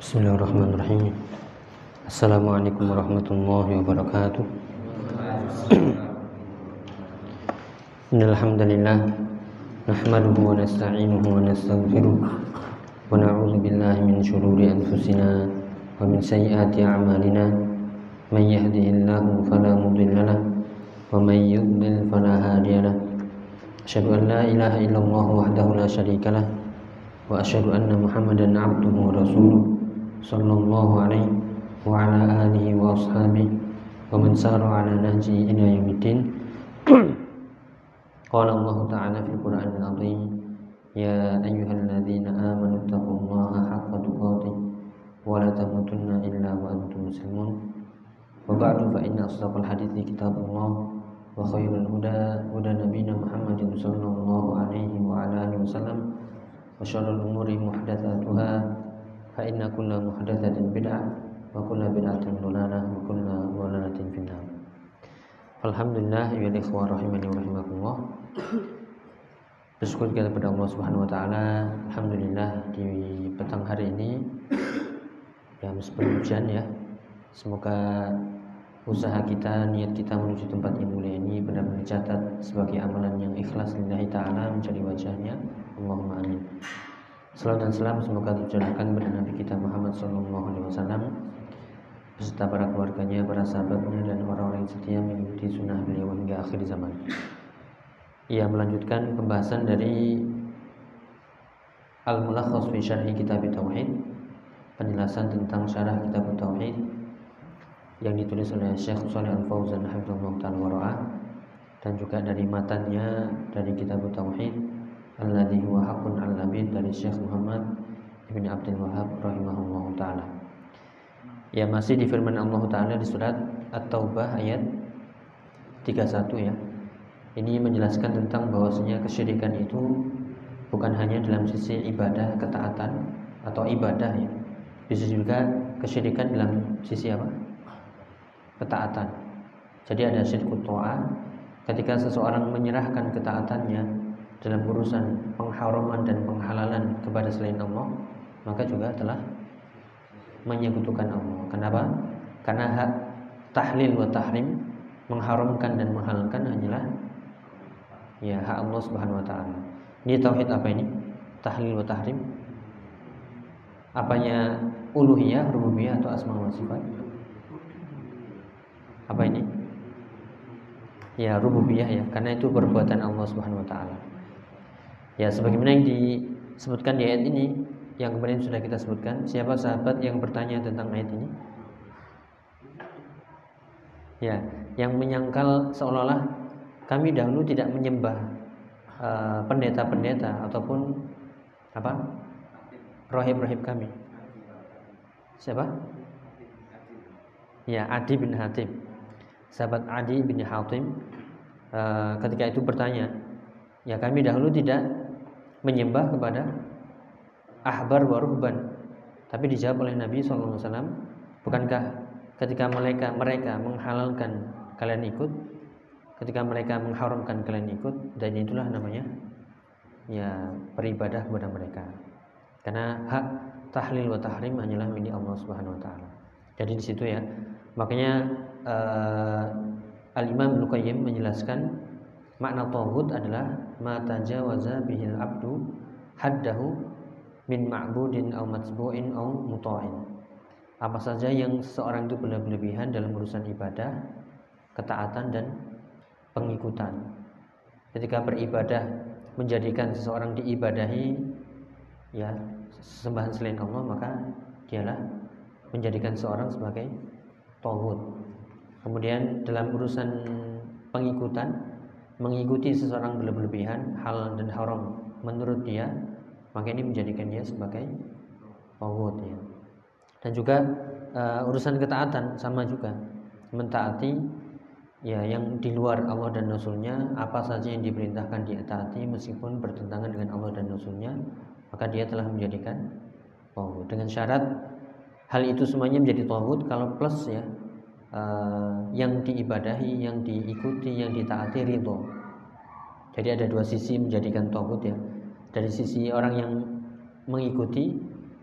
Bismillahirrahmanirrahim. Assalamualaikum warahmatullahi wabarakatuh. Innal hamdalillah nahmaduhu wa nasta'inuhu wa nastaghfiruh wa na'udzu billahi min shururi anfusina wa min sayyiati a'malina. May yahdihillahu fala mudilla lahu wa may yudlil fala hadiya lahu. Asyhadu an la ilaha illallah wahdahu la syarika lahu wa asyhadu anna Muhammadan 'abduhu wa rasuluh sallallahu alaihi wa ala alihi wa ashabihi wa man sara ala nahji ila yaumiddin. Qala Allah ta'ala fil Qur'anil 'azim, ya ayyuhalladzina amanu taqullaha haqqa tuqatih wa la tamutunna illa wa antum muslimun. Wa ba'du, fa inna asdaqal hadithi kitabullah wa khairul huda huda nabiyina Muhammadin sallallahu alaihi wa ala alihi wasallam wa syarrul umuri muhdatsatuha fa inna kulla muhdatsatin bid'ah wa kulla bid'atin dhalalah wa kulla dhalalatin finnar. Alhamdulillah ya ikhwah rahimani wa rahimakumullah. Bersyukur kita kepada Allah Subhanahu wa taala. Alhamdulillah di petang hari ini ya meskipun hujan ya, semoga usaha kita, niat kita menuju tempat yang mulia ini benar-benar dicatat sebagai amalan yang ikhlas lillahi ta'ala mencari wajahnya. Allahumma amin. Salam dan salam semoga tercurahkan kepada Nabi kita Muhammad SAW beserta para keluarganya, para sahabatnya, dan orang-orang yang setia mengikuti sunnah beliau hingga akhir zaman. Ia melanjutkan pembahasan dari Al-Mulakhas fi Syarhi Kitab Tauhid, penjelasan tentang syarah Kitab Tauhid yang ditulis oleh Syekh Shalih Al-Fauzan hafizahullah ta'ala wa ra'ah, dan juga dari matannya dari Kitab Tauhid alladzi huwa haqqun 'alal 'abid dari Syekh Muhammad Ibn Abdul Wahhab rahimahullahu taala. Ya, masih di firman Allah taala di surat At-Taubah ayat 31 ya. Ini menjelaskan tentang bahwasanya kesyirikan itu bukan hanya dalam sisi ibadah, ketaatan atau ibadah ya. Bisa juga kesyirikan dalam sisi apa? Ketaatan. Jadi ada syirkut ta'ah, ketika seseorang menyerahkan ketaatannya dalam urusan pengharaman dan penghalalan kepada selain Allah, maka juga telah menyekutukan Allah. Kenapa? Karena hak tahlil wa tahrim, mengharamkan dan menghalalkan hanyalah ya hak Allah Subhanahu wa taala. Ini tauhid apa ini? Tahlil wa tahrim. Apanya? Uluhiyah, rububiyah atau asma wa sifat? Apa ini? Ya, rububiyah ya, karena itu perbuatan Allah Subhanahu wa taala. Ya, sebagaimana yang disebutkan di ayat ini yang kemarin sudah kita sebutkan. Siapa sahabat yang bertanya tentang ayat ini? Ya, yang menyangkal seolah-olah kami dahulu tidak menyembah pendeta-pendeta ataupun apa? Rahib-rahib kami. Siapa? Ya, Adi bin Hatim. Sahabat Adi bin Hatim ketika itu bertanya, ya kami dahulu tidak menyembah kepada ahbar wa ruhban. Tapi dijawab oleh Nabi SAW, bukankah ketika mereka menghalalkan kalian ikut, ketika mereka mengharamkan kalian ikut, dan itulah namanya ya beribadah kepada mereka. Karena hak tahlil wa tahrim hanyalah milik Allah Subhanahu wa taala. Jadi di situ ya. Makanya Al-Imam Ibnu Qayyim menjelaskan makna tauhid adalah ma tajawaza bihil abdu haddahu min ma'budin aw matbu'in aw muta'in. Apa saja yang seseorang itu berlebihan dalam urusan ibadah, ketaatan dan pengikutan. Ketika beribadah menjadikan seseorang diibadahi ya sembahan selain Allah, maka dialah menjadikan seorang sebagai tauhid. Kemudian dalam urusan pengikutan, mengikuti seseorang berlebihan, halal dan haram menurut dia, maka ini menjadikan dia sebagai tauhid ya. Dan juga urusan ketaatan sama juga, mentaati ya yang di luar Allah dan Rasulnya, apa saja yang diperintahkan dia taati meskipun bertentangan dengan Allah dan Rasulnya, maka dia telah menjadikan tauhid. Dengan syarat hal itu semuanya menjadi tauhid kalau plus ya yang diibadahi, yang diikuti, yang ditaati ridho. Jadi ada dua sisi menjadikan tauhid ya. Dari sisi orang yang mengikuti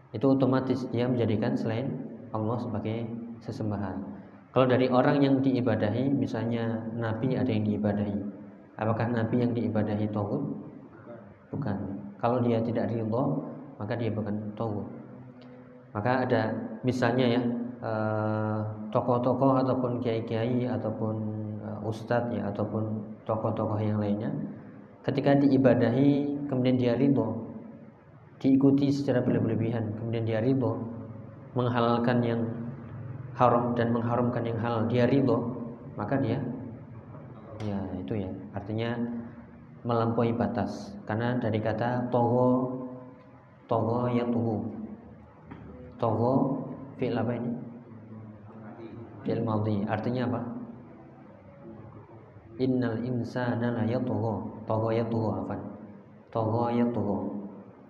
itu otomatis dia menjadikan selain Allah sebagai sesembahan. Kalau dari orang yang diibadahi, misalnya Nabi ada yang diibadahi, apakah Nabi yang diibadahi tauhid? Bukan. Kalau dia tidak ridho, maka dia bukan tauhid. Maka ada misalnya ya, tokoh-tokoh ataupun kiai-kiai ataupun ustadz ya, ataupun tokoh-tokoh yang lainnya, ketika diibadahi kemudian dia ridho, diikuti secara berlebihan, kemudian dia ridho menghalalkan yang haram dan mengharamkan yang halal, dia ridho, maka dia ya itu ya artinya melampaui batas. Karena dari kata togo ya tuhu, togo fi'il apa ini? Fi'il madhi, artinya apa? Innal insana la yatgha, togo ya tuhu apa? Togo ya tuhu.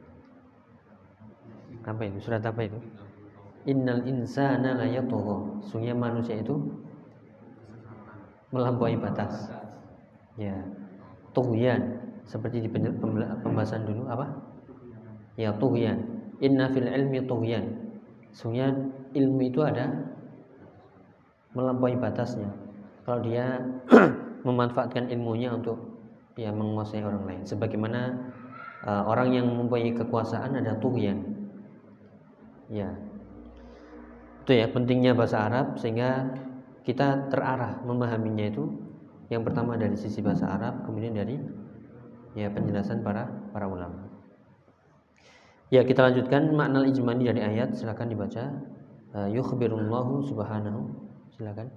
Apa itu? Surat apa itu? Innal insana la yatgha. Sungguh manusia itu melampaui batas. Ya. Tughyan, seperti di pembahasan dulu apa? Ya, tughyan. Inna fil ilmi tughyan. Sungguh ilmu itu ada melampaui batasnya. Kalau dia memanfaatkan ilmunya untuk ya menguasai orang lain. Sebagaimana orang yang mempunyai kekuasaan ada tughyan. Ya, itu ya pentingnya bahasa Arab sehingga kita terarah memahaminya itu. Yang pertama dari sisi bahasa Arab, kemudian dari ya penjelasan para ulama. Ya, kita lanjutkan makna ijmali dari ayat. Silakan dibaca. Yukhbirullahu subhanahu. Silakan.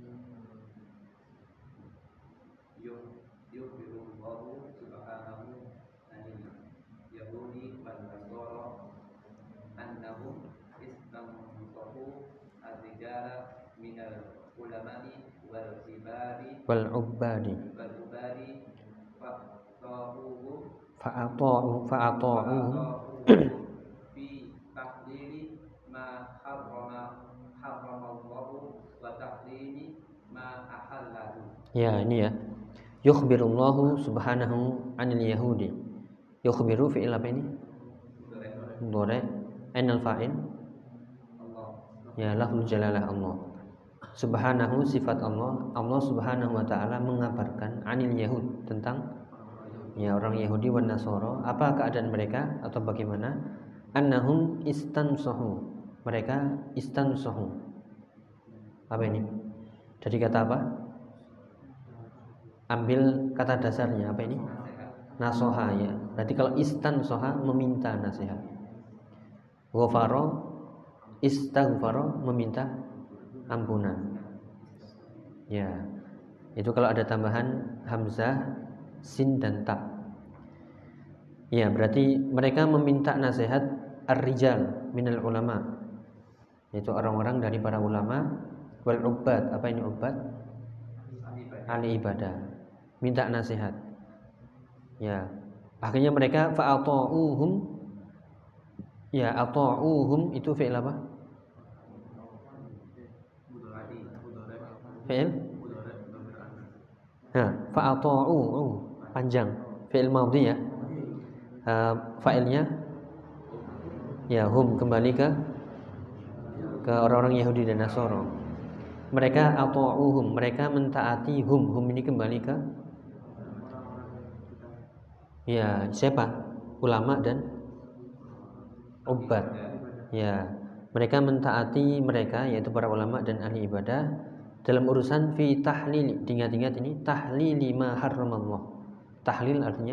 Yukhbirullahu subhanahu anil yahudi wal nasara annahum istamsahu ar-rijala minal ulamai wal kibari Wal ubadi fa'ata'uhum fi tahlili ma harramallahu wa tahlili ma ahallahu. Ya, ini ya. Yukhbirullahu subhanahu anil yahudi. Yukhbiru fi'il apa ini? Mudhari'. Ainal fa'il? Ya, lafzul jalalah Allah. Subhanahu sifat Allah. Allah subhanahu wa ta'ala mengabarkan anil yahud, tentang ya orang Yahudi wan Nasara. Apa keadaan mereka atau bagaimana? Annahum istansahu. Mereka istansahu. Apa ini? Dari kata apa? Ambil kata dasarnya apa ini? Nasoha ya. Berarti kalau istansaha meminta nasihat. Ghafara istaghfara meminta ampunan. Ya. Itu kalau ada tambahan hamzah, sin dan ta. Ya, berarti mereka meminta nasihat ar-rijal minal ulama. Yaitu orang-orang dari para ulama wal ubad. Apa ini ubad? Ahli ibadah. Minta nasihat. Ya. Akhirnya mereka fa'ata'uhum. Ya, ata'uhum itu fi'il apa? Fi'il? Nah, fa'ata'uhu panjang. Fi'il madhi ya. Fa'ilnya ya hum, kembali ke orang-orang Yahudi dan Nasara. Mereka ata'uhum, mereka mentaati hum. Hum ini kembali ke ya siapa? Ulama dan ubad. Ya, mereka mentaati mereka yaitu para ulama dan ahli ibadah dalam urusan fi tahlili. Ingat-ingat ini tahlili ma harramallah. Tahlil artinya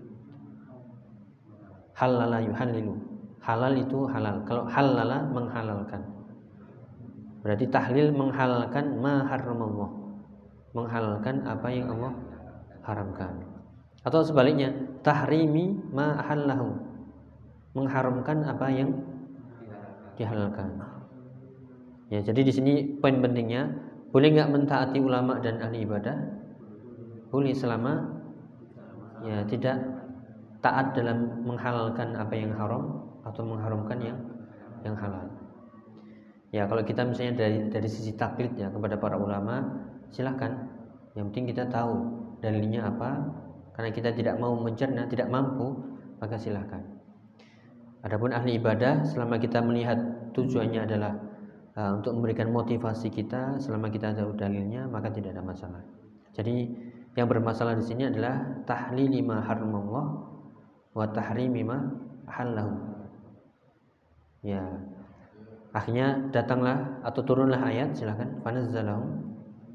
halala yuhallilu. Halal itu halal. Kalau halala menghalalkan. Berarti tahlil menghalalkan ma harramallah. Menghalalkan apa yang Allah haramkan. Atau sebaliknya, tahrimi ma ahallahu. Mengharamkan apa yang dihalalkan. Ya, jadi di sini poin pentingnya, boleh enggak mentaati ulama dan ahli ibadah? Boleh selama ya tidak taat dalam menghalalkan apa yang haram atau mengharamkan yang halal. Ya, kalau kita misalnya dari sisi taklid ya kepada para ulama, silahkan. Yang penting kita tahu dalilnya apa. Karena kita tidak mau mencerna, tidak mampu, maka silahkan. Adapun ahli ibadah, selama kita melihat tujuannya adalah untuk memberikan motivasi kita, selama kita tahu dalilnya, maka tidak ada masalah. Jadi yang bermasalah di sini adalah tahlili ma haramallah wa tahrimi ma halallahu. Ya. Akhirnya datanglah atau turunlah ayat, silakan. Fanazzalahum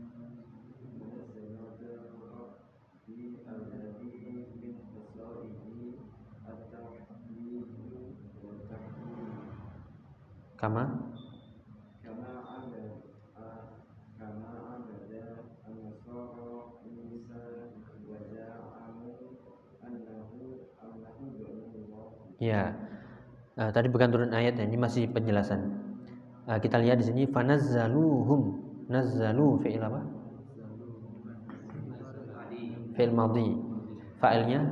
kama ya. Tadi bukan turun ayat, ini masih penjelasan. Kita lihat di sini fanazzaluhum. Nazzalu fi'il apa? Fi'il madhi. Fa'ilnya?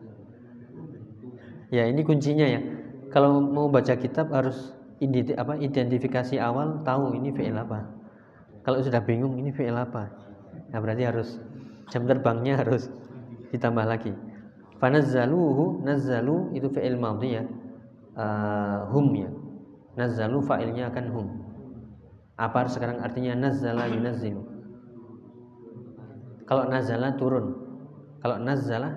Ya, ini kuncinya ya. Kalau mau baca kitab harus identifikasi awal, tahu ini fi'il apa. Kalau sudah bingung ini fi'il apa, nah berarti harus jam terbangnya harus ditambah lagi. Fanazzaluhu, nazzalu itu fi'il madhi ya. Hum ya. Nazzalu fa'ilnya akan hum. Apa sekarang artinya nazzala yunazzilu? Kalau nazzala turun. Kalau nazzala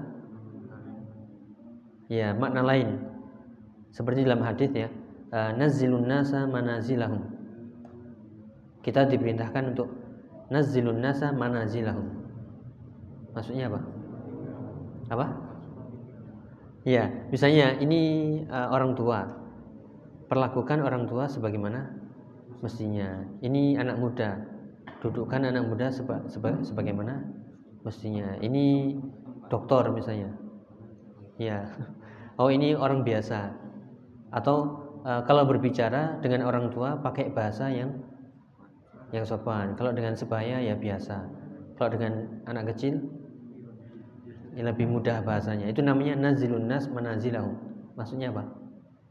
ya makna lain. Seperti dalam hadis ya, nazzilun nasa manazilahum. Kita diperintahkan untuk nazzilun nasa manazilahum. Maksudnya apa? Apa? Ya, misalnya ini orang tua. Perlakukan orang tua sebagaimana mestinya. Ini anak muda. Dudukkan anak muda sebagaimana mestinya. Ini dokter misalnya. Ya. Oh, ini orang biasa. Atau kalau berbicara dengan orang tua pakai bahasa yang sopan. Kalau dengan sebaya ya biasa. Kalau dengan anak kecil ya lebih mudah bahasanya. Itu namanya nazilun nas manazilahum. Maksudnya apa?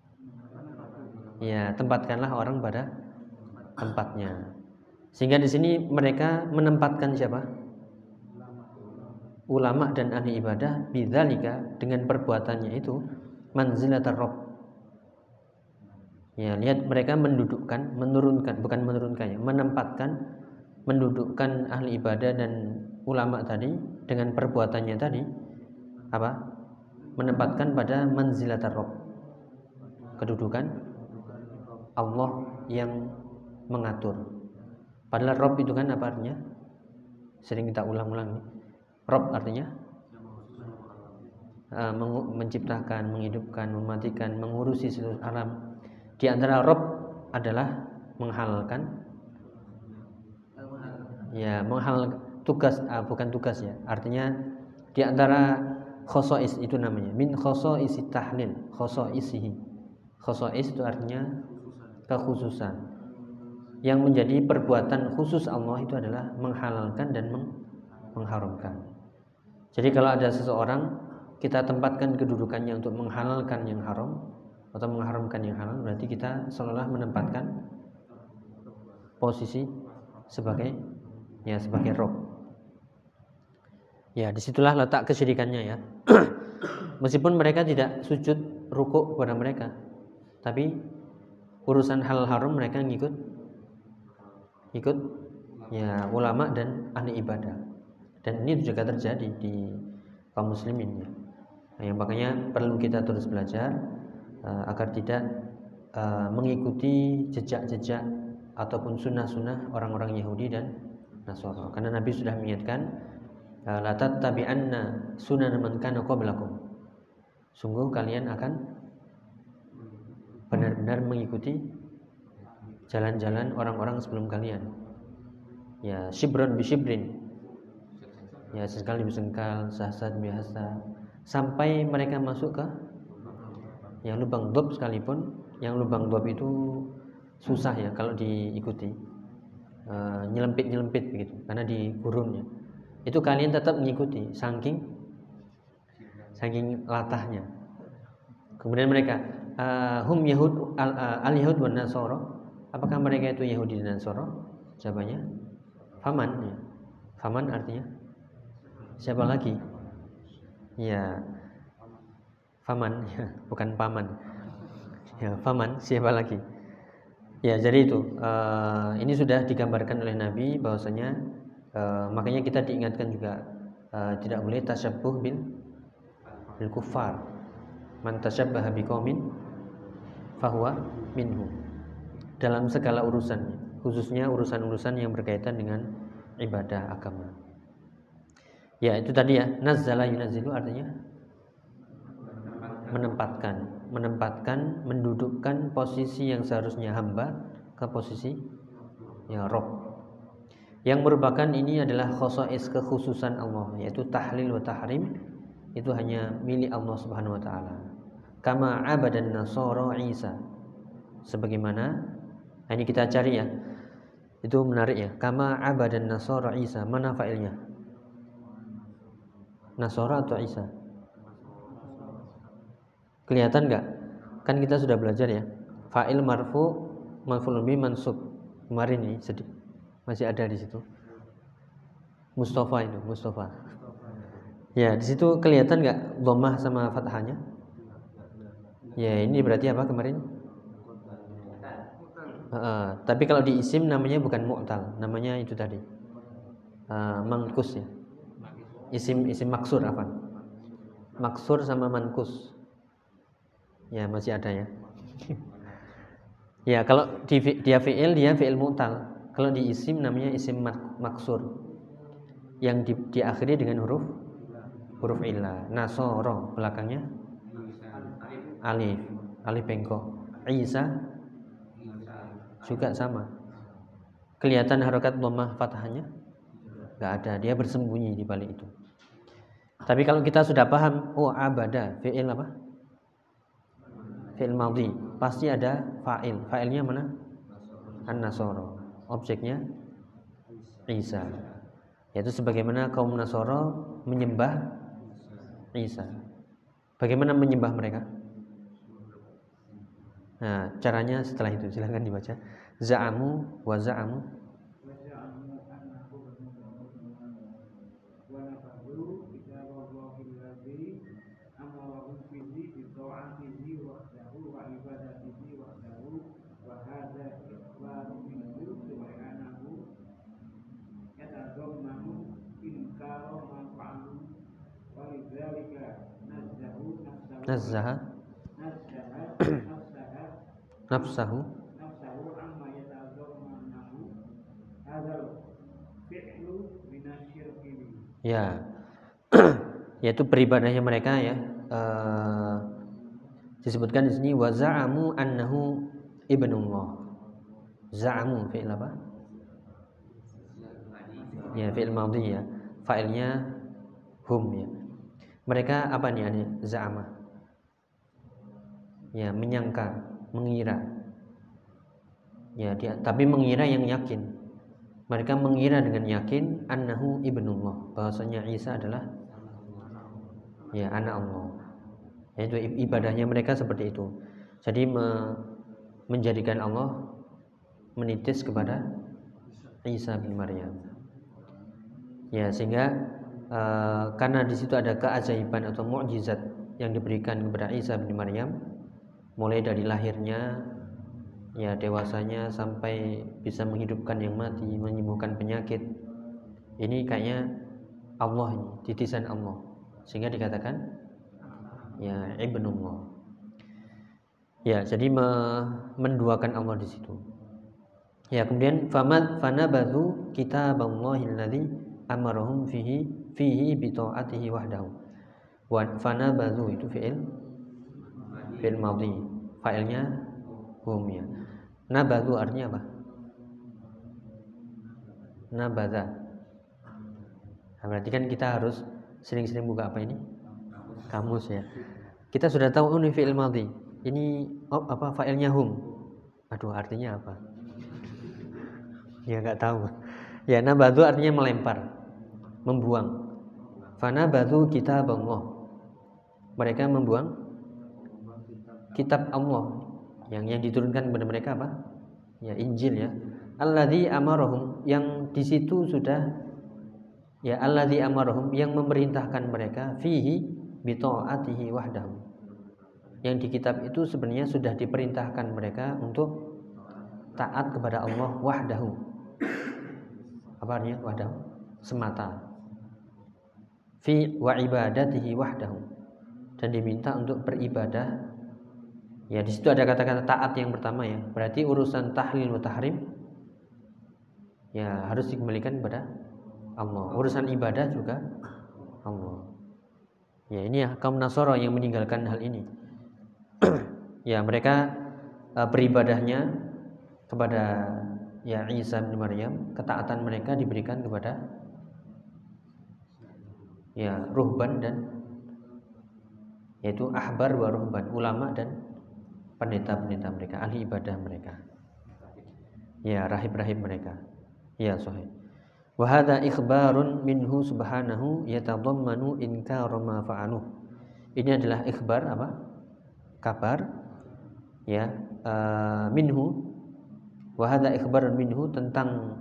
Ya, tempatkanlah orang pada tempatnya. Sehingga di sini mereka menempatkan siapa? Ulama dan ahli ibadah bidzalika, dengan perbuatannya itu manzilatar rabb. Ya, lihat mereka menempatkan, mendudukkan ahli ibadah dan ulama tadi dengan perbuatannya tadi apa? Menempatkan pada manzilatar rabb. Kedudukan Allah yang mengatur. Padahal Rabb itu kan apa artinya? Sering kita ulang-ulang. Rabb artinya menciptakan, menghidupkan, mematikan, mengurusi seluruh alam. Di antara Rabb adalah menghalalkan. Ya, tugas, bukan tugas ya. Artinya di antara khosois itu namanya. Min khosoisi tahlil, khosoisihi. Khosois itu artinya kekhususan. Yang menjadi perbuatan khusus Allah itu adalah menghalalkan dan mengharamkan. Jadi kalau ada seseorang kita tempatkan kedudukannya untuk menghalalkan yang haram atau mengharamkan yang halal, berarti kita seolah menempatkan posisi sebagai Rabb. Ya, disitulah letak kesyirikannya ya. Meskipun mereka tidak sujud rukuk kepada mereka, tapi urusan halal haram mereka ngikut ya ulama dan ahli ibadah. Dan ini juga terjadi di kaum muslimin ya. Yang makanya perlu kita terus belajar agar tidak mengikuti jejak-jejak ataupun sunnah-sunnah orang-orang Yahudi dan Nasara. Karena Nabi sudah mengingatkan, la tattabi'anna sunana man kana qablakum. Sungguh kalian akan benar-benar mengikuti jalan-jalan orang-orang sebelum kalian. Ya, shibron bi shibrin. Ya, sengkal demi sengkal, sahsad bi hasa, sampai mereka masuk ke yang lubang dob sekalipun. Yang lubang dob itu susah ya kalau diikuti. Nyelempit begitu karena di gurunnya. Itu kalian tetap mengikuti saking latahnya. Kemudian mereka hum yahud al-yahud wan nasara. Apakah mereka itu Yahudi dan Nasara? Jawabannya faman ya. Faman artinya siapa lagi? Ya, faman ya, bukan paman. Ya, faman siapa lagi? Ya, jadi itu ini sudah digambarkan oleh Nabi bahwasanya makanya kita diingatkan juga tidak boleh tasyabbuh bil kuffar. Man tasyabbaha biqaumin fahuwa minhum. Dalam segala urusannya, khususnya urusan-urusan yang berkaitan dengan ibadah agama. Ya, itu tadi ya, nazzala yunazzilu artinya menempatkan, mendudukkan posisi yang seharusnya hamba ke posisi ya Rabb. Yang merupakan ini adalah khosais kekhususan Allah, yaitu tahlil wa tahrim itu hanya milik Allah Subhanahu wa taala. Kama abadan nasara Isa. Sebagaimana ini kita cari ya. Itu menarik ya. Kama abadan nasara Isa. Mana fa'ilnya? Nasara atau Isa? Kelihatan enggak? Kan kita sudah belajar ya. Fa'il marfu maf'ul bih mansub. Kemarin ini sedih. Masih ada di situ. Mustafa itu, Mustafa. Ya, di situ kelihatan enggak dhammah sama fathahnya? Ya, ini berarti apa kemarin? Tapi kalau di isim namanya bukan mu'tal, namanya itu tadi. Mangkus ya. Isim maksur apa? Maksur sama mankus. Ya, masih ada ya. Ya, kalau dia fi'il mu'tal. Kalau di isim namanya isim maksur. Yang diakhiri dengan huruf illah. Nasoro belakangnya alif bengkok. Isa juga sama. Kelihatan harokat dhammah fathahnya? Enggak ada, dia bersembunyi di balik itu. Tapi kalau kita sudah paham, abada, fi'il apa? Fi'il madhi, pasti ada fa'il. Fa'ilnya mana? An-Nasara. Objeknya Isa. Yaitu sebagaimana kaum Nasara menyembah Isa. Bagaimana menyembah mereka? Nah, caranya setelah itu silakan dibaca. Za'amu wa za'amu nazzaha nafsahu amma yata'azzamanahu hadzal fi'lu minasyirki. Ya. Yaitu peribadahnya mereka ya. Disebutkan di sini wa za'amu annahu ibnullah. Za'amu fi'il apa? Ya, fi'il madhi ya. Fa'ilnya hum ya. Mereka apa nih ini za'ama? Ya, menyangka, mengira. Ya, tapi mengira yang yakin. Mereka mengira dengan yakin annahu ibnullah, bahwasanya Isa adalah ya anak Allah. Yaitu ibadahnya mereka seperti itu. Jadi menjadikan Allah menitis kepada Isa bin Maryam. Ya, sehingga karena di situ ada keajaiban atau mukjizat yang diberikan kepada Isa bin Maryam, mulai dari lahirnya, ya dewasanya sampai bisa menghidupkan yang mati, menyembuhkan penyakit. Ini kayaknya Allah ini, titisan Allah. Sehingga dikatakan ya ibnullah. Ya, jadi menduakan Allah di situ. Ya, kemudian fanabadhu kitaballahi alladzi amarahum fihi bi ta'atihi wahdahu. Wa fanabadhu itu fi'il madhi. Fa'ilnya hum ya. Nabadhu artinya apa? Nabadha. Nah, berarti kan kita harus sering-sering buka apa ini? Kamus ya. Kita sudah tahu ini fi'il madhi. Ini apa fa'ilnya hum. Aduh, artinya apa? Ya enggak tahu. Ya, nabadhu artinya melempar, membuang. Fanabadhu kitaballah. Mereka membuang kitab Allah yang diturunkan kepada mereka apa? Ya, Injil ya. Alladzi amarahum, yang di situ sudah ya alladzi amarahum, yang memerintahkan mereka fihi bi ta'atihi wahdahu. yang di kitab itu sebenarnya sudah diperintahkan mereka untuk taat kepada Allah wahdahu. Apa artinya wahdahu? Semata. Fi wa ibadatihi wahdahu. Dan diminta untuk beribadah. Ya, di situ ada kata-kata taat yang pertama ya. Berarti urusan tahlil wa tahrim ya harus dikembalikan kepada Allah. Urusan ibadah juga Allah. Ya, ini ya kaum Nasara yang meninggalkan hal ini. Ya, mereka beribadahnya kepada ya Isa bin Maryam, ketaatan mereka diberikan kepada ya ruhban dan yaitu ahbar wa ruhban, ulama dan pendeta-pendeta mereka, ahli ibadah mereka. Ya, rahib-rahib mereka. Ya, sahih. Wa hadza ikhbarun minhu subhanahu yatadammanu inkar ma fa'alu. Ini adalah ikhbar apa? Kabar ya minhu. Wa hadza ikhbarun minhu tentang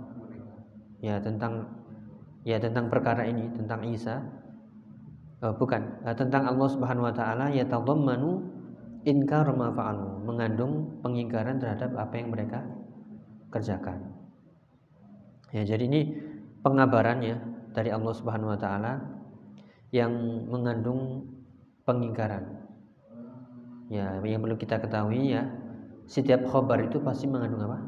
perkara ini, tentang Isa. Tentang Allah Subhanahu wa taala yatadammanu inkar ma fa'alu, mengandung pengingkaran terhadap apa yang mereka kerjakan. Ya, jadi ini pengabarannya dari Allah Subhanahu wa taala yang mengandung pengingkaran. Ya, yang perlu kita ketahui ya, setiap khabar itu pasti mengandung apa?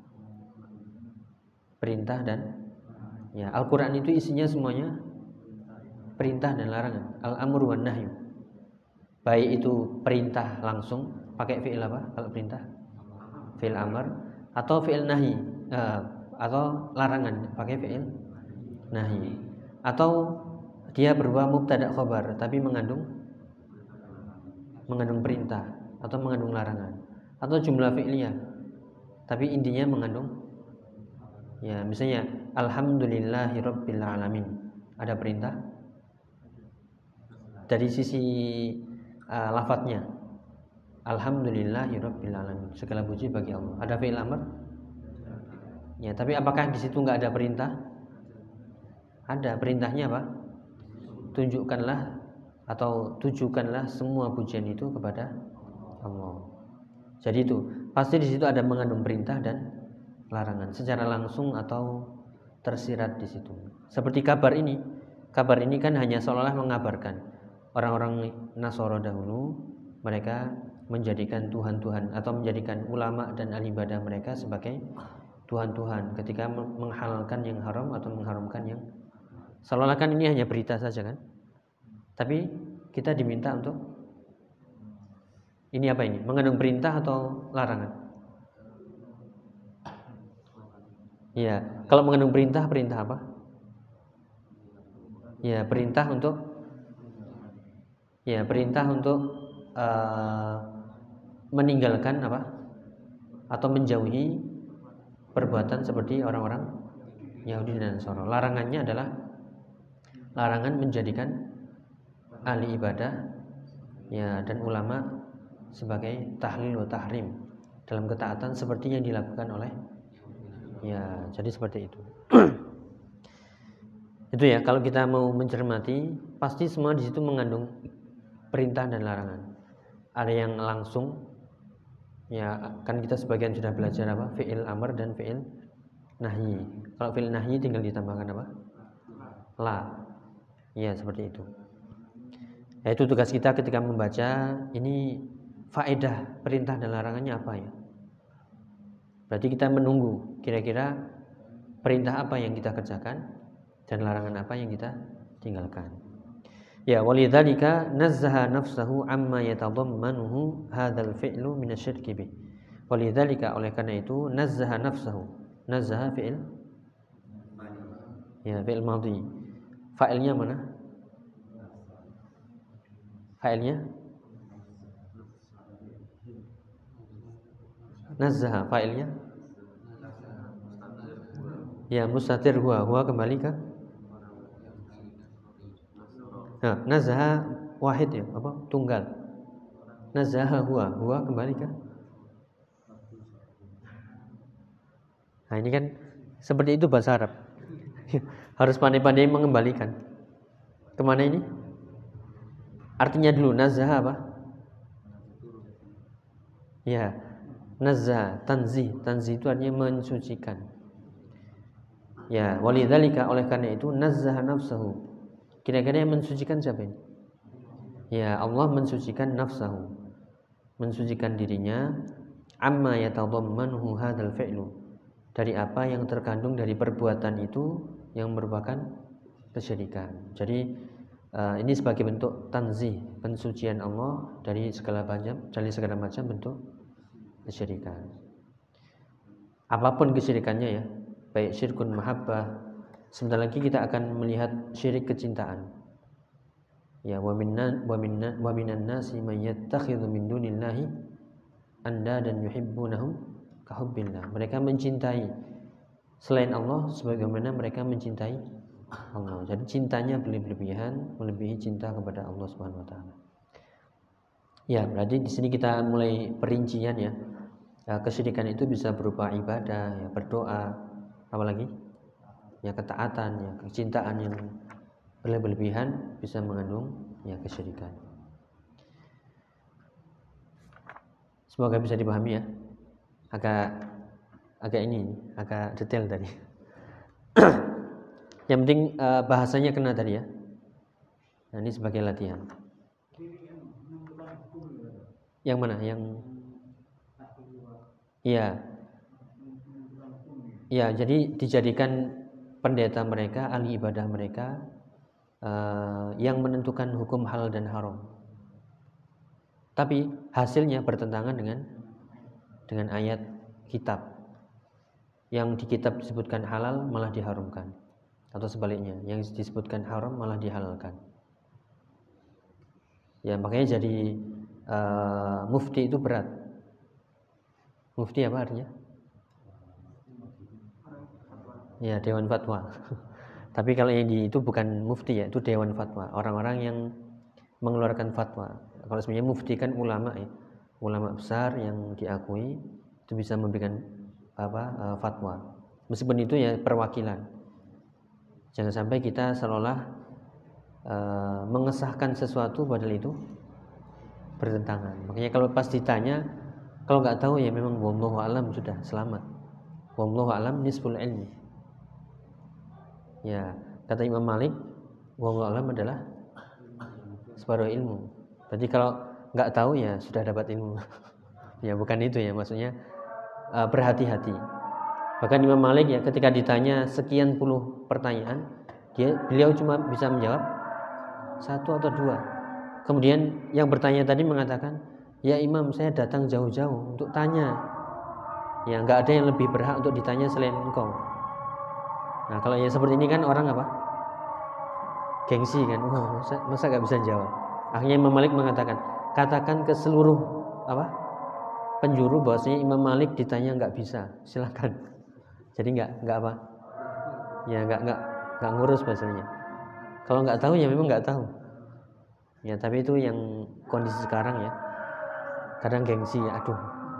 Perintah dan ya, Al-Qur'an itu isinya semuanya perintah dan larangan, al-amru wan nahyu. Baik itu perintah langsung pakai fi'il apa? Kalau perintah fi'il amr, atau fi'il nahi, atau larangan pakai fi'il nahi, atau dia berupa mubtada khabar tapi mengandung perintah atau mengandung larangan, atau jumlah fi'liyah tapi intinya mengandung ya, misalnya alhamdulillahirabbil alamin, ada perintah dari sisi lafadznya, alhamdulillahirabbil alamin, segala puji bagi Allah. Ada fi'il amr ya, tapi apakah di situ enggak ada perintah? Ada perintahnya apa? Tunjukkanlah atau tujukanlah semua pujian itu kepada Allah. Jadi itu pasti di situ ada mengandung perintah dan larangan secara langsung atau tersirat di situ. Seperti kabar ini kan hanya seolah-olah mengabarkan orang-orang Nasara dahulu, mereka menjadikan Tuhan-Tuhan atau menjadikan ulama dan ahli ibadah mereka sebagai Tuhan-Tuhan ketika menghalalkan yang haram atau mengharamkan yang, seolah-olah kan ini hanya berita saja kan. Tapi kita diminta untuk ini apa ini? Mengandung perintah atau larangan? Ya, kalau mengandung perintah apa? Ya, perintah untuk meninggalkan apa? Atau menjauhi perbuatan seperti orang-orang Yahudi dan Nasara. Larangannya adalah larangan menjadikan ahli ibadah ya dan ulama sebagai tahlil wa tahrim dalam ketaatan seperti yang dilakukan oleh ya, jadi seperti itu. Itu ya, kalau kita mau mencermati pasti semua di situ mengandung perintah dan larangan. Ada yang langsung ya, kan kita sebagian sudah belajar apa? Fi'il amr dan fi'il nahyi. Kalau fi'il nahyi tinggal ditambahkan apa? La. Ya, seperti itu. Ya, itu tugas kita ketika membaca ini, faedah perintah dan larangannya apa ya? Berarti kita menunggu kira-kira perintah apa yang kita kerjakan dan larangan apa yang kita tinggalkan. Ya, walidzalika nazzaha nafsahu amma yatadammanuhu hadzal fi'lu minasyirki bih. Walidzalika, oleh karena itu, nazzaha nafsahu. Nazzaha fi'il ya, fi'il madhi. Fa'ilnya mana? Fa'ilnya nazzaha, fa'ilnya ya mustatir huwa kembali ke nazzaha wahid ya, apa? Tunggal. Nazzaha huwa kembali ke. Nah, ini kan seperti itu bahasa Arab. Harus pandai-pandai mengembalikan. Kemana ini? Artinya dulu nazzaha apa? Ya, nazza, tanzih itu artinya mensucikan. Ya, walidzalika, oleh karena itu nazzaha nafsahu. Kira-kira yang mensucikan siapa ini? Ya, Allah mensucikan nafsahu, mensucikan dirinya, amma yatadammanuhu hadzal fi'lu, dari apa yang terkandung dari perbuatan itu yang merupakan kesyirikan. Jadi ini sebagai bentuk tanzih, pensucian Allah dari segala macam bentuk kesyirikan. Apapun kesyirikannya ya, baik syirkun mahabbah. Sebentar lagi kita akan melihat syirik kecintaan. Ya, wa minan nasi may yattakhidhu min dunillahi andadan yuhibbunahum ka hubbillah. Mereka mencintai selain Allah sebagaimana mereka mencintai Allah. Jadi cintanya berlebihan, melebihi cinta kepada Allah Subhanahu wa taala. Ya, berarti di sini kita mulai perincian ya. Kesyirikan itu bisa berupa ibadah, ya, berdoa, apalagi ya ketaatan, ya kecintaan yang berlebihan bisa mengandung ya kesyirikan. Semoga bisa dipahami ya. Agak detail tadi. Yang penting bahasanya kena tadi ya. Nah, ini sebagai latihan. Yang mana? Yang iya. Ya, jadi dijadikan pendeta mereka, ahli ibadah mereka yang menentukan hukum halal dan haram. Tapi hasilnya bertentangan dengan ayat kitab. Yang di kitab disebutkan halal malah diharumkan, atau sebaliknya, yang disebutkan haram malah dihalalkan. Ya, makanya jadi mufti itu berat. Mufti apa artinya? Ya, dewan fatwa. Tapi kalau yang itu bukan mufti ya, itu dewan fatwa. Orang-orang yang mengeluarkan fatwa. Kalau sebenarnya mufti kan ulama ya, ulama besar yang diakui itu bisa memberikan fatwa. Meskipun itu ya perwakilan. Jangan sampai kita seolah mengesahkan sesuatu padahal itu bertentangan. Makanya kalau pas ditanya, kalau nggak tahu ya memang wallahu alam, sudah selamat. Wallahu alam nisful ilmi. Ya, kata Imam Malik, wallahu alam adalah separuh ilmu. Berarti kalau nggak tahu ya sudah dapat ilmu. Ya bukan itu ya, maksudnya berhati-hati. Bahkan Imam Malik ya ketika ditanya sekian puluh pertanyaan, beliau cuma bisa menjawab satu atau dua. Kemudian yang bertanya tadi mengatakan, ya Imam, saya datang jauh-jauh untuk tanya. Ya nggak ada yang lebih berhak untuk ditanya selain engkau. Nah kalau yang seperti ini kan orang apa? Gengsi kan, masa nggak bisa jawab. Akhirnya Imam Malik mengatakan, katakan ke seluruh penjuru bahwasanya Imam Malik ditanya nggak bisa, silakan. Jadi nggak apa? Ya nggak ngurus bahasanya. Kalau nggak tahu ya memang nggak tahu. Ya tapi itu yang kondisi sekarang ya. Kadang gengsi ya, aduh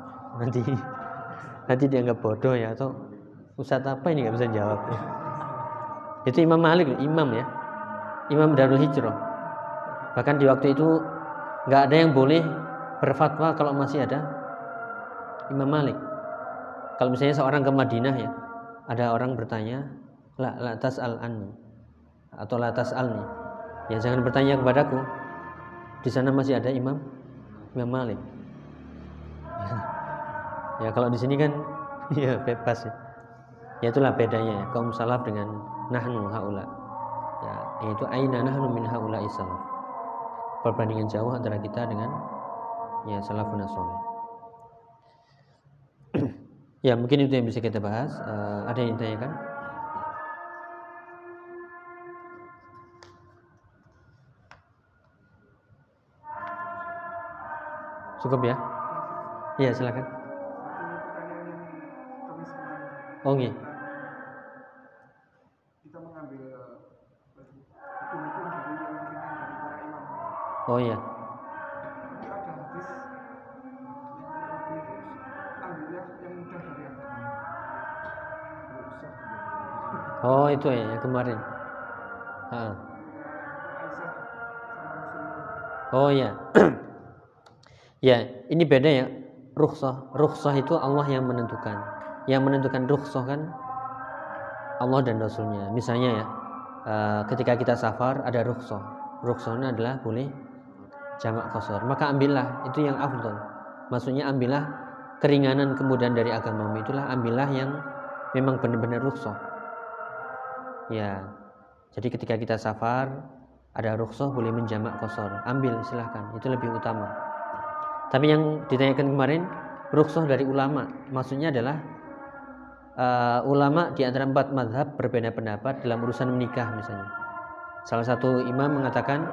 nanti dianggap bodoh ya, atau ustadz apa ini nggak bisa jawab. Itu Imam Malik, imam ya, Imam Darul Hijrah. Bahkan di waktu itu nggak ada yang boleh berfatwa kalau masih ada Imam Malik. Kalau misalnya seorang ke Madinah ya, ada orang bertanya, la tas'al anni atau la tas'alni, ya jangan bertanya kepadaku. Di sana masih ada Imam Malik. Ya kalau di sini kan ya bebas ya. Ya itulah bedanya ya, kaum salaf dengan nahnu haula. Ya, yaitu aina nahnu min haula salaf. Perbandingan jauh antara kita dengan ya salafun saleh. Ya mungkin itu yang bisa kita bahas. Ada yang ditanyakan? Cukup ya? Iya silakan. Oh iya. Kita mengambil hukum-hukum dari yang ringan dari para imam. Oh iya. Tapi ada hadis ambilnya yang mudah dari yang Oh itu ya yang kemarin. Oh iya. Ya ini beda ya. rukhsah itu Allah yang menentukan. Yang menentukan rukhsah kan Allah dan Rasulnya. Misalnya ya, ketika kita safar ada rukhsah. Rukhsahnya adalah boleh jamak qasar. Maka ambillah itu yang afdal. Maksudnya ambillah keringanan kemudahan dari agamamu, itulah ambillah yang memang benar-benar rukhsah. Ya. Jadi ketika kita safar ada rukhsah boleh menjamak qasar, ambil silahkan, itu lebih utama. Tapi yang ditanyakan kemarin rukhsah dari ulama, maksudnya adalah ulama di antara 4 mazhab berbeda pendapat dalam urusan menikah misalnya. Salah satu imam mengatakan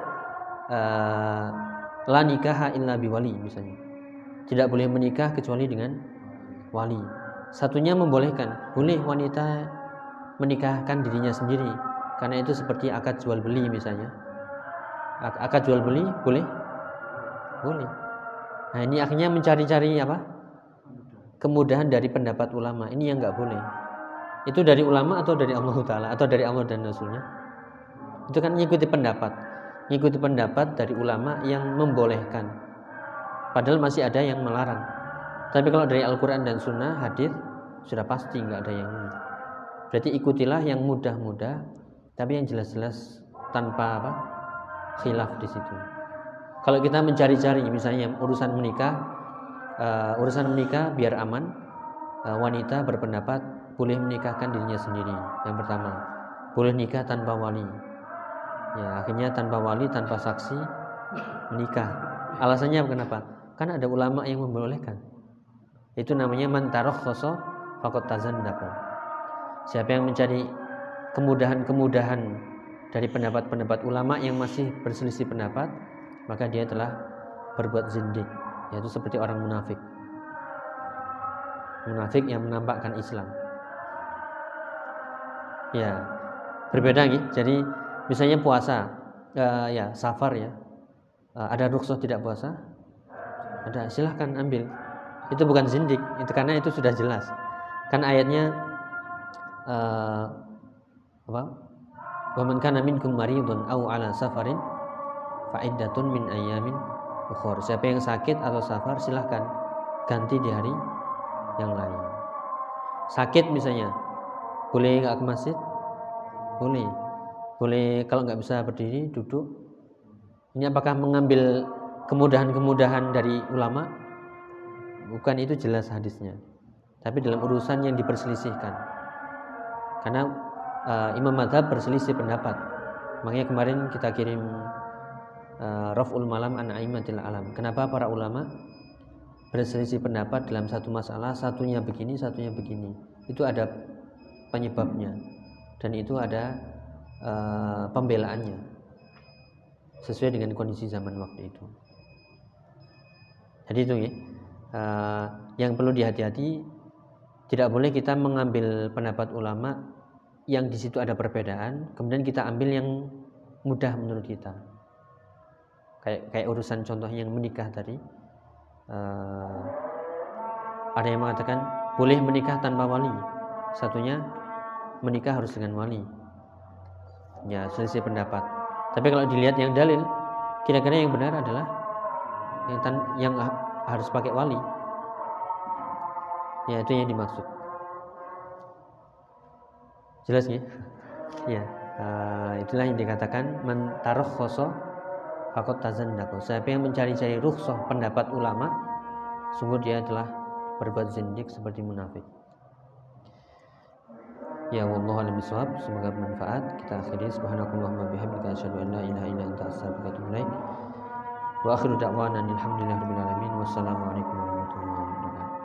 la nikaha illa biwali misalnya. Tidak boleh menikah kecuali dengan wali. Satunya membolehkan, boleh wanita menikahkan dirinya sendiri, karena itu seperti akad jual beli misalnya. Akad jual beli boleh? Boleh. Nah, ini akhirnya mencari-cari apa? Kemudahan dari pendapat ulama. Ini yang enggak boleh. Itu dari ulama atau dari Allah Ta'ala atau dari Allah dan Rasulnya? Itu kan mengikuti pendapat. Mengikuti pendapat dari ulama yang membolehkan. Padahal masih ada yang melarang. Tapi kalau dari Al-Quran dan Sunnah, hadis sudah pasti enggak ada yang ini. Berarti ikutilah yang mudah-mudah, tapi yang jelas-jelas tanpa apa? Khilaf di situ. Kalau kita mencari-cari misalnya urusan menikah biar aman, wanita berpendapat boleh menikahkan dirinya sendiri. Yang pertama, boleh nikah tanpa wali. Ya, akhirnya tanpa wali, tanpa saksi menikah. Alasannya kenapa? Kan ada ulama yang membolehkan. Itu namanya man tarakhasa faqad tazandaqa. Siapa yang mencari kemudahan-kemudahan dari pendapat-pendapat ulama yang masih berselisih pendapat, maka dia telah berbuat zindik, yaitu seperti orang munafik. Munafik yang menampakkan Islam. Ya, berbeda nih. Jadi misalnya puasa, ya safar ya, ada rukhsah tidak puasa? Ada, silahkan ambil. Itu bukan zindik, itu karena itu sudah jelas. Kan ayatnya apa? Wa man kana minkum maridun aw ala safarin fa iddatun min ayyamin ukhra. Siapa yang sakit atau safar silahkan ganti di hari yang lain. Sakit misalnya, boleh enggak ke masjid? Boleh. Boleh kalau enggak bisa berdiri, duduk. Ini apakah mengambil kemudahan-kemudahan dari ulama? Bukan, itu jelas hadisnya. Tapi dalam urusan yang diperselisihkan. Karena imam mazhab berselisih pendapat. Makanya kemarin kita kirim Raf'ul Malam an Aimatil Alam. Kenapa para ulama berselisih pendapat dalam satu masalah, satunya begini, satunya begini? Itu ada penyebabnya. Dan itu ada pembelaannya sesuai dengan kondisi zaman waktu itu. Jadi itu ya, yang perlu dihati-hati, tidak boleh kita mengambil pendapat ulama yang di situ ada perbedaan, kemudian kita ambil yang mudah menurut kita. Kayak urusan contohnya yang menikah tadi, ada yang mengatakan boleh menikah tanpa wali, satunya menikah harus dengan wali. Ya, selisih pendapat. Tapi kalau dilihat yang dalil, kira-kira yang benar adalah yang harus pakai wali. Ya, itu yang dimaksud. Jelas ya? Ya, itulah yang dikatakan man tarakhasa faqad tazandaqa. Siapa yang mencari-cari rukhsah pendapat ulama, sungguh dia telah berbuat zindik seperti munafik. Ya, wallahu a'lam bishawab. Semoga bermanfaat. Kita akhiri subhanakallahumma bihamdika asyhadu an la ilaha illa anta astaghfiruka wa atubu ilaik. Wa akhiru da'wana alhamdulillahirabbil alamin. Wassalamu alaikum warahmatullahi wabarakatuh.